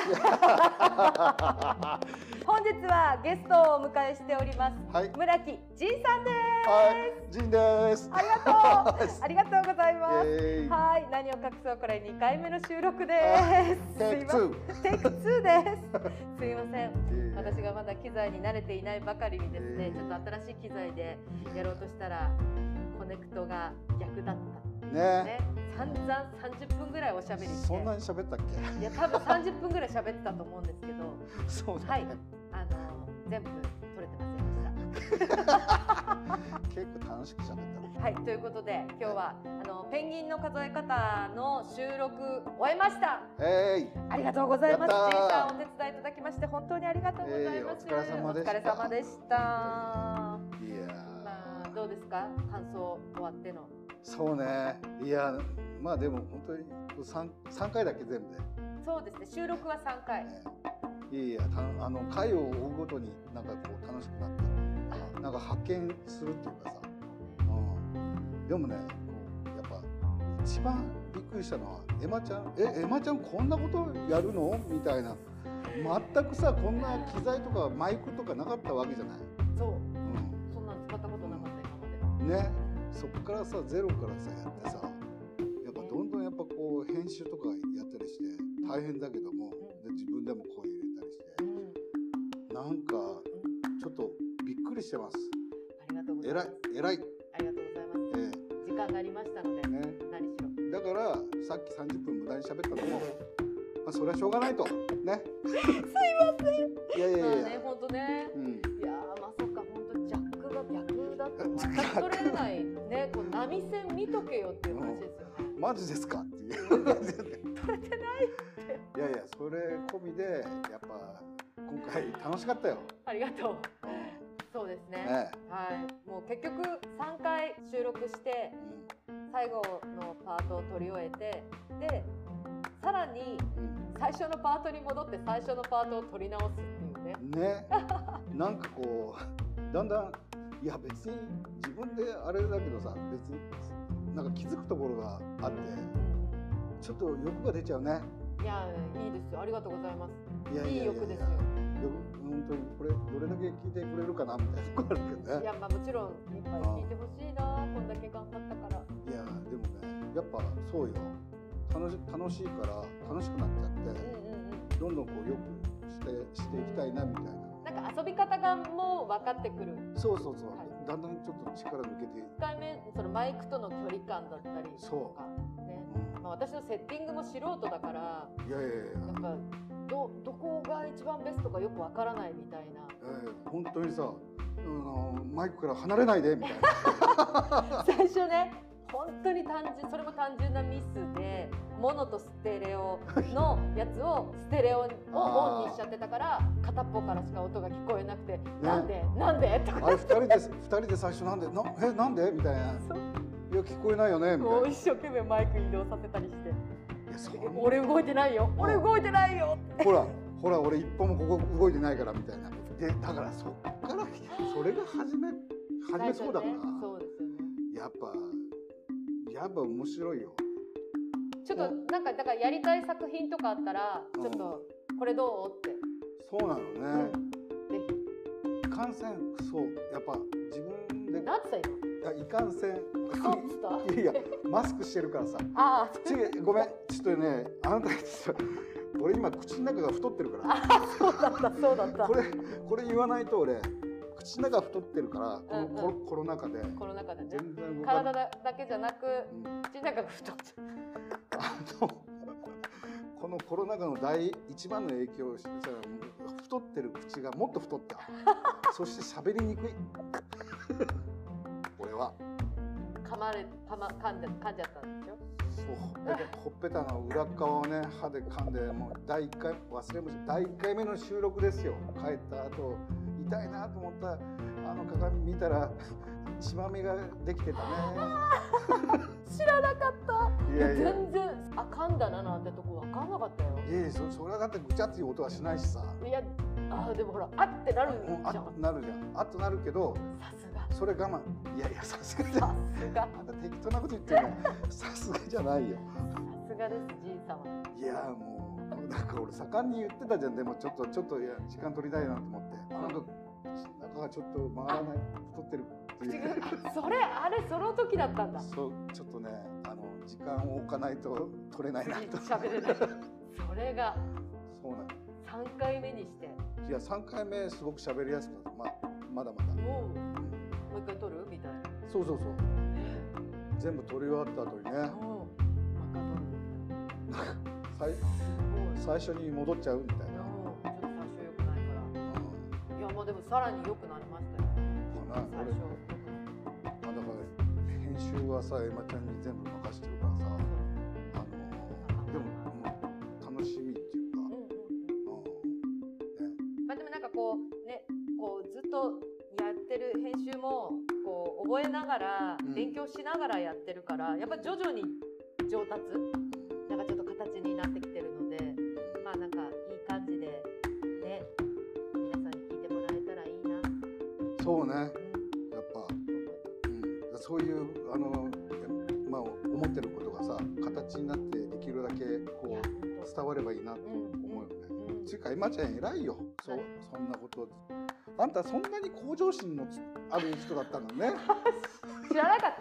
本日はゲストをお迎えしております。 はい、 村木仁さんです。 はい、仁です。 ありがとう。ありがとうございます。はい、何を隠そう、これ2回目の収録です。 テイク2。 テイク2です。すいません。私がまだ機材に慣れていないばかりにですね、ちょっと新しい機材でやろうとしたらコネクトが逆だった。ね。散々30分ぐらいおしゃべりして。 そんなに喋ったっけ？ いや、多分30分ぐらい喋ってたと思うんですけど。 そうだね。 はい、全部撮れてませんでした。 結構楽しく喋った。 はい、ということで今日はペンギンの数え方の収録終えました。ありがとうございます。ジンさんお手伝いいただきまして本当にありがとうございます。 お疲れ様でした。 お疲れ様でした。 いやまあどうですか、感想終わっての。 そうね。いや、まあでも本当に3回だけ全部で。 そうですね。収録は3回。 いや、回を追うごとになんかこう楽しくなった。なんか発見するっていうかさ。でもね、やっぱ一番びっくりしたのはエマちゃん。エマちゃんこんなことやるのみたいな。全くさ、こんな機材とかマイクとかなかったわけじゃない。 そう。そんなの使ったことなかった今まで。 ね。そこからさ、ゼロからさやってさ、やっぱどんどんやっぱこう編集とかやったりして大変だけども、で自分でも声入れたりして、なんかちょっとびっくりしてます。 ありがとうございます。 偉い。 ありがとうございます。時間がありましたので、ね、何しろ。 だからさっき30分無駄に喋ったのも、まあそれはしょうがないとね。 すいません。 いやいやいや。 まあね、本当ね。いやまあそっか、本当ジャックが逆だと全く取れないね。こう波線見とけよっていう話ですよね。 マジですかっていう。 取れてないって。 いやいや、それ込みでやっぱ今回楽しかったよ。 ありがとう。そうですね。はい。もう結局3回収録して、最後のパートを取り終えて、でさらに最初のパートに戻って最初のパートを取り直すっていうね。 ね。なんかこうだんだん、いや別に自分であれだけどさ、別になんか気づくところがあって、ちょっと欲が出ちゃうね。 いや、いいですよ。ありがとうございます。いい欲ですよ。 本当にこれどれだけ聞いてくれるかなみたいなとこあるけどね。 いや、まあもちろんいっぱい聞いてほしいな、こんだけ頑張ったから。 いやでもね、やっぱそうよ。楽しいから楽しくなっちゃって、どんどんこうよくしていきたいなみたいな。 なんか遊び方がもう分かってくる。 そう。だんだんちょっと力抜けて。 1回目そのマイクとの距離感だったりとかね。まあ私のセッティングも素人だから。 いや。 なんかどこが一番ベストかよくわからないみたいな。 本当にさ、マイクから離れないでみたいな。 最初ね、本当にそれも単純なミスで、モノとステレオのやつをステレオをオンにしちゃってたから、片っぽからしか音が聞こえなくて、なんでとか。 あれ2人で最初なんでみたいな。いや聞こえないよねみたいな。 もう一生懸命マイク移動させたりして。俺動いてないよ。ほら俺一歩もここ動いてないからみたいな。でだからそっからそれが初めそうだから。 そうですよね。 やっぱ面白いよ。 ちょっとなんかだからやりたい作品とかあったらちょっとこれどうって。 そうなのね。ぜひ。いかんせんそうやっぱ自分で。 なんつった今。 いやいかんせん。 そうつった。 いやマスクしてるからさ。ごめんちょっとね、あなた俺今口の中が太ってるから。 そうだった。 これ言わないと俺口の中太ってるから、コロナ禍で。 コロナ禍でね。体だけじゃなく口の中が太っちゃう。 このコロナ禍の一番の影響をしたら太ってる口がもっと太った。そして喋りにくい。俺は。噛んじゃったんでしょ。そうほっぺたの裏側をね歯で噛んで、もう第1回目の収録ですよ。帰った後痛いなと思った鏡見たら血まみができてたね。 知らなかった。全然噛んだななんてとこ分かんなかったよ。 それはだってぐちゃっていう音はしないしさ。 いやでもほらあってなるじゃん。 なるじゃん。あっとなるけど。 さすが。 それ我慢。いやさすがじゃん。あんた適当なこと言ってるね。さすがじゃないよ。 さすがですじいさま。 いやもうなんか俺盛んに言ってたじゃん。でもちょっといや時間取りたいなと思って、なんか中がちょっと回らない、太ってるっていう。 その時だったんだ。 そう、ちょっとね、時間を置かないと取れないなと。 喋れない。それが。 そうなん。 3回目にして。 いや3回目すごく喋りやすくなった。まだまだ。 もう一回取るみたいな。 そう。全部取り終わった後にね。最初に戻っちゃうみたいな。 ちょっと最初良くないから。いやまあでもさらに良くなりましたよ。最初。 だから編集はさ、エマちゃんに全部任してるからさ、でも楽しみっていうか。 まあでもなんかこうね、こうずっとやってる編集もこう覚えながら勉強しながらやってるから、やっぱ徐々に上達。なんかちょっと形になってきてるので、まあなんかいい感じでね、皆さんに聞いてもらえたらいいな。 そうね、やっぱ、そういうまあ思ってることがさ、形になってできるだけこう伝わればいいなと思うよね。つうかエマちゃん偉いよ。そんなこと。あんたそんなに向上心のある人だったのね。 知らなかった？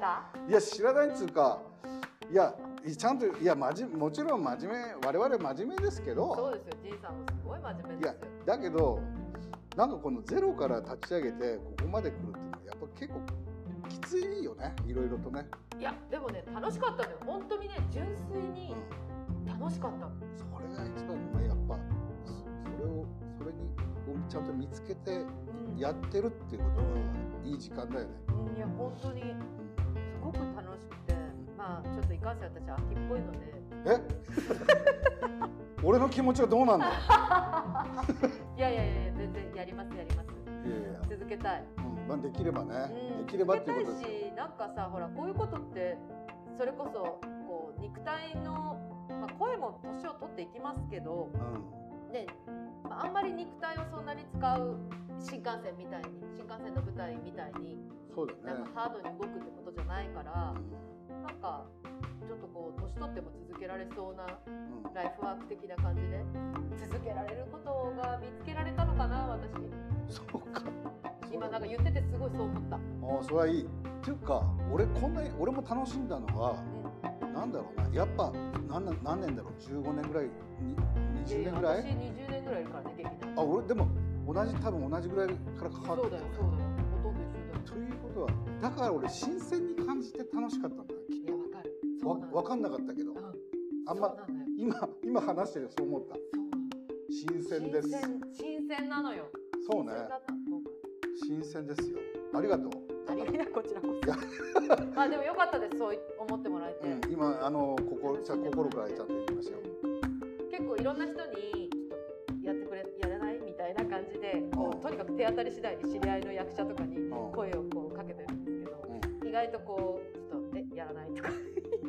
いや知らないっつうか、いや。ちゃんともちろん真面目、我々真面目ですけど。 そうですよ、じいさんもすごい真面目ですよ。 いやだけどなんかこのゼロから立ち上げてここまで来るっていうのはやっぱ結構きついよね、いろいろとね。いやでもね楽しかったのよ、本当にね、純粋に楽しかったの。 それが一番ね、やっぱそれにちゃんと見つけてやってるっていうことがいい時間だよね。 いや本当にすごく楽しくて。まあちょっといかんせん私秋っぽいので。 俺の気持ちはどうなんだ。 いや全然やります。続けたい。 まあできればね、できればっていうことですよ。 し、なんかさ、ほらこういうことってそれこそこう肉体の、まあ、声も年を取っていきますけど、で、まあ、あんまり肉体をそんなに使う新幹線の舞台みたいに、 そうだね。 なんかハードに動くってことじゃないから。なんかちょっとこう年取っても続けられそうなライフワーク的な感じで続けられることが見つけられたのかな、私。 そうか。 今なんか言っててすごいそう思った。 ああ、それはいい。っていうか俺も楽しんだのは、なんだろうな、やっぱ何年だろう、15年ぐらい、20年ぐらい。 私20年ぐらいいるからね、劇団。 あ、俺でも多分同じぐらいから関わってる。 そうだよ、ほとんど一緒だよ。 ということはだから俺新鮮に感じて楽しかったんだよ、きっと。 いやわかる。 分かんなかったけど、あんま今話してるそう思った。新鮮です。 新鮮なのよ。 そうね。新鮮ですよ。ありがとう。 こちらこそ。あでも良かったです。そう思ってもらえて。 今心からちゃんと言いましたよ。 結構いろんな人にやらないみたいな感じで、とにかく手当たり次第に知り合いの役者とかに声をこうかけてるんですけど、意外とこうちょっとやらないとか。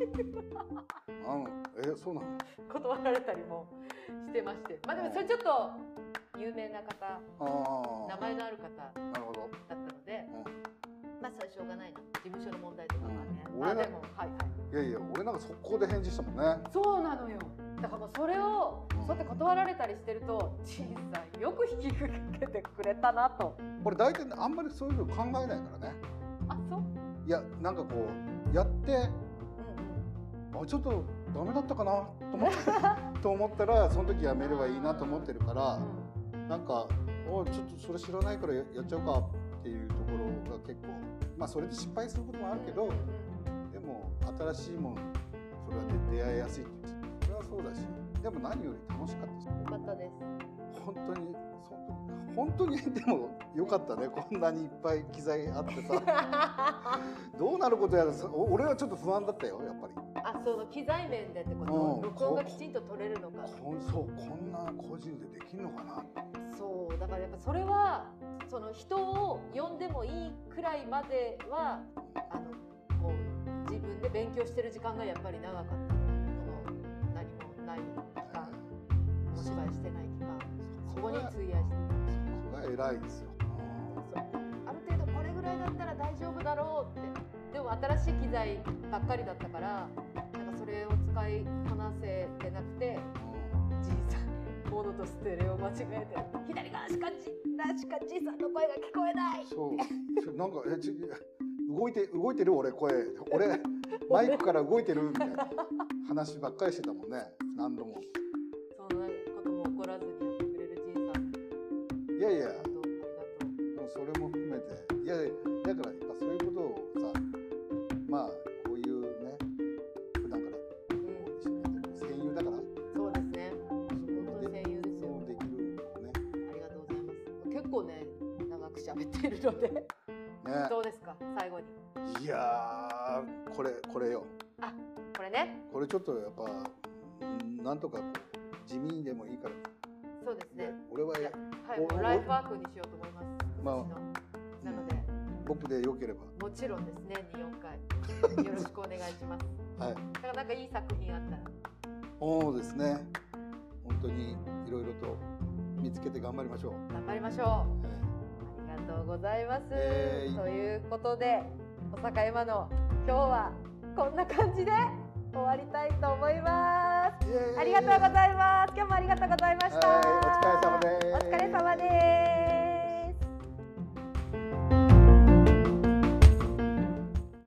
そうなの？ 断られたりもしてまして、まあでもそれちょっと有名な方、名前のある方だったので、まあそれしょうがないな、事務所の問題とかがね。でもいや俺なんか速攻で返事したもんね。 そうなのよ。だからもうそれをそうやって断られたりしてると、小さいよく引き受けてくれたなと。 俺大体あんまりそういうの考えないからね。 あ、そう？ いやなんかこうやって、ちょっとダメだったかなと思ったらその時やめればいいなと思ってるから、なんかちょっとそれ知らないからやっちゃうかっていうところが結構、まあそれで失敗することもあるけど、でも新しいものそれは出会いやすいっていう、それはそうだし、でも何より楽しかったし。 よかったです。 本当にでもよかったね、こんなにいっぱい機材あってさ。どうなることやら、俺はちょっと不安だったよ、やっぱり。 その機材面でってこと、録音がきちんと取れるのか。 こんな個人でできるのかな。 そうだからやっぱそれはその人を呼んでもいいくらいまではこう自分で勉強してる時間がやっぱり長かった。何もない期間、お芝居してない期間、そこに費やして。 そこが偉いですよ。 ある程度これぐらいだったら大丈夫だろうって。でも新しい機材ばっかりだったから、なんかそれを使いこなせてなくて、じいさモノとステレオ間違えて、左がラシカッチさんの声が聞こえない。 そう、なんか動いてる俺マイクから動いてるみたいな話ばっかりしてたもんね、何度も。 そんなことも怒らずにやってくれるじいさん。 いやいや、もうそれも含めて、いやだからやっぱそういうことをさ、まあこういうね、普段から一緒にやってる戦友だから。 そうですね。本当に戦友ですよ。 できるね。 ありがとうございます。結構ね、長く喋っているので、ね、どうですか最後に。 いやー、これよ。 あ、これね。 これちょっとやっぱなんとかこう地味にでもいいから。 そうですね。 俺ははい、もうライフワークにしようと思います。 まあ、 なので僕でよければ。 もちろんですね、2、4回よろしくお願いします。 はい。 だからなんかいい作品あったら。 そうですね。本当にいろいろと見つけて頑張りましょう。 頑張りましょう。ありがとうございます。ということで、おさかいまの今日はこんな感じで終わりたいと思います。ありがとうございます。今日もありがとうございました。